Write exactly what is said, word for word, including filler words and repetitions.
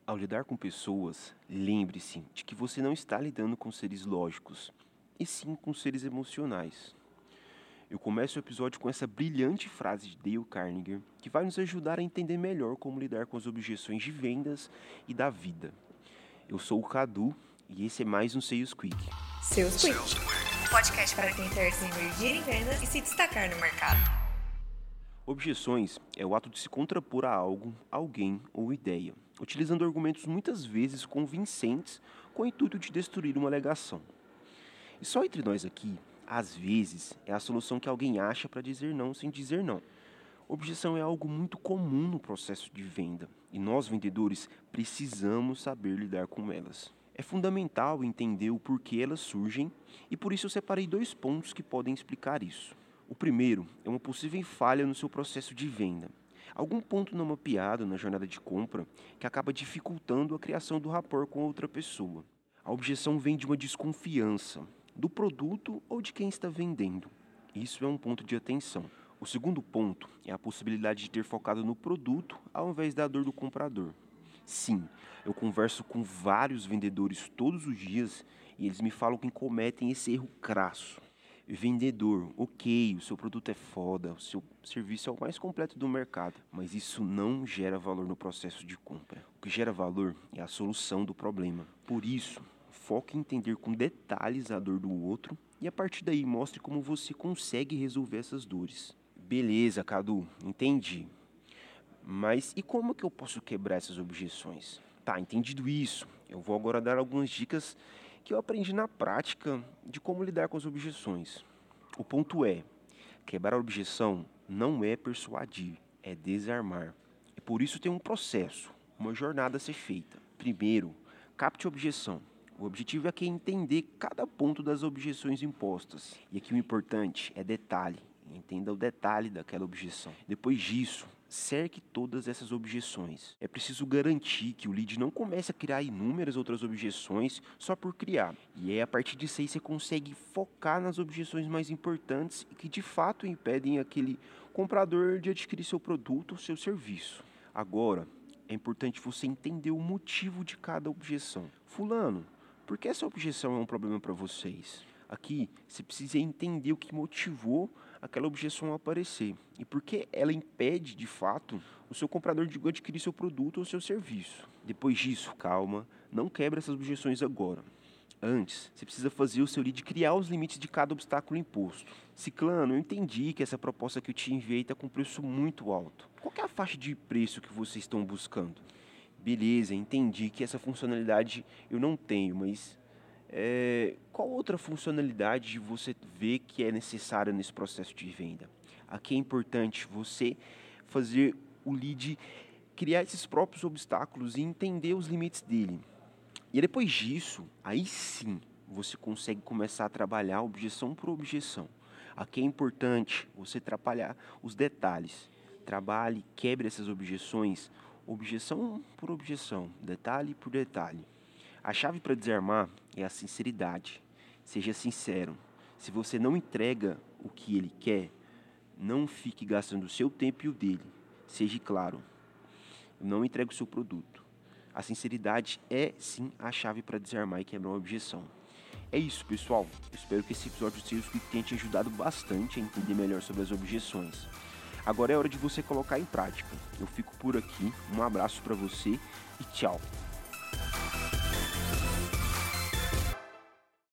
Ao lidar com pessoas, lembre-se de que você não está lidando com seres lógicos, e sim com seres emocionais. Eu começo o episódio com essa brilhante frase de Dale Carnegie, que vai nos ajudar a entender melhor como lidar com as objeções de vendas e da vida. Eu sou o Cadu, e esse é mais um Sales Quick. Sales Quick, um podcast para quem quer se emergir em vendas e se destacar no mercado. Objeções é o ato de se contrapor a algo, alguém ou ideia, utilizando argumentos muitas vezes convincentes com o intuito de destruir uma alegação. E só entre nós aqui, às vezes, é a solução que alguém acha para dizer não sem dizer não. Objeção é algo muito comum no processo de venda, e nós vendedores precisamos saber lidar com elas. É fundamental entender o porquê elas surgem, e por isso eu separei dois pontos que podem explicar isso. O primeiro é uma possível falha no seu processo de venda. Algum ponto não mapeado na jornada de compra que acaba dificultando a criação do rapport com outra pessoa. A objeção vem de uma desconfiança do produto ou de quem está vendendo. Isso é um ponto de atenção. O segundo ponto é a possibilidade de ter focado no produto ao invés da dor do comprador. Sim, eu converso com vários vendedores todos os dias e eles me falam que cometem esse erro crasso. Vendedor, ok, o seu produto é foda, o seu serviço é o mais completo do mercado, mas isso não gera valor no processo de compra. O que gera valor é a solução do problema. Por isso, foque em entender com detalhes a dor do outro e a partir daí mostre como você consegue resolver essas dores. Beleza, Cadu, entendi. Mas e como que eu posso quebrar essas objeções? Tá, entendido isso, eu vou agora dar algumas dicas que eu aprendi na prática de como lidar com as objeções. O ponto é, quebrar a objeção não é persuadir, é desarmar. E por isso tem um processo, uma jornada a ser feita. Primeiro, capte a objeção. O objetivo aqui é entender cada ponto das objeções impostas. E aqui o importante é detalhe. Entenda o detalhe daquela objeção. Depois disso, cerque todas essas objeções. É preciso garantir que o lead não comece a criar inúmeras outras objeções só por criar. E é a partir disso aí você consegue focar nas objeções mais importantes e que de fato impedem aquele comprador de adquirir seu produto ou seu serviço. Agora, é importante você entender o motivo de cada objeção. Fulano, por que essa objeção é um problema para vocês? Aqui, você precisa entender o que motivou aquela objeção a aparecer e por que ela impede, de fato, o seu comprador de adquirir seu produto ou seu serviço. Depois disso, calma, não quebra essas objeções agora. Antes, você precisa fazer o seu lead criar os limites de cada obstáculo imposto. Ciclano, eu entendi que essa proposta que eu te enviei está com preço muito alto. Qual que é a faixa de preço que vocês estão buscando? Beleza, entendi que essa funcionalidade eu não tenho, mas é, qual outra funcionalidade você vê que é necessária nesse processo de venda? Aqui é importante você fazer o lead criar esses próprios obstáculos e entender os limites dele. E depois disso, aí sim, você consegue começar a trabalhar objeção por objeção. Aqui é importante você trabalhar os detalhes. Trabalhe, quebre essas objeções, objeção por objeção, detalhe por detalhe. A chave para desarmar é a sinceridade. Seja sincero. Se você não entrega o que ele quer, não fique gastando o seu tempo e o dele. Seja claro. Não entregue o seu produto. A sinceridade é, sim, a chave para desarmar e quebrar uma objeção. É isso, pessoal. Eu espero que esse episódio de Sales Quick tenha te ajudado bastante a entender melhor sobre as objeções. Agora é hora de você colocar em prática. Eu fico por aqui. Um abraço para você e tchau.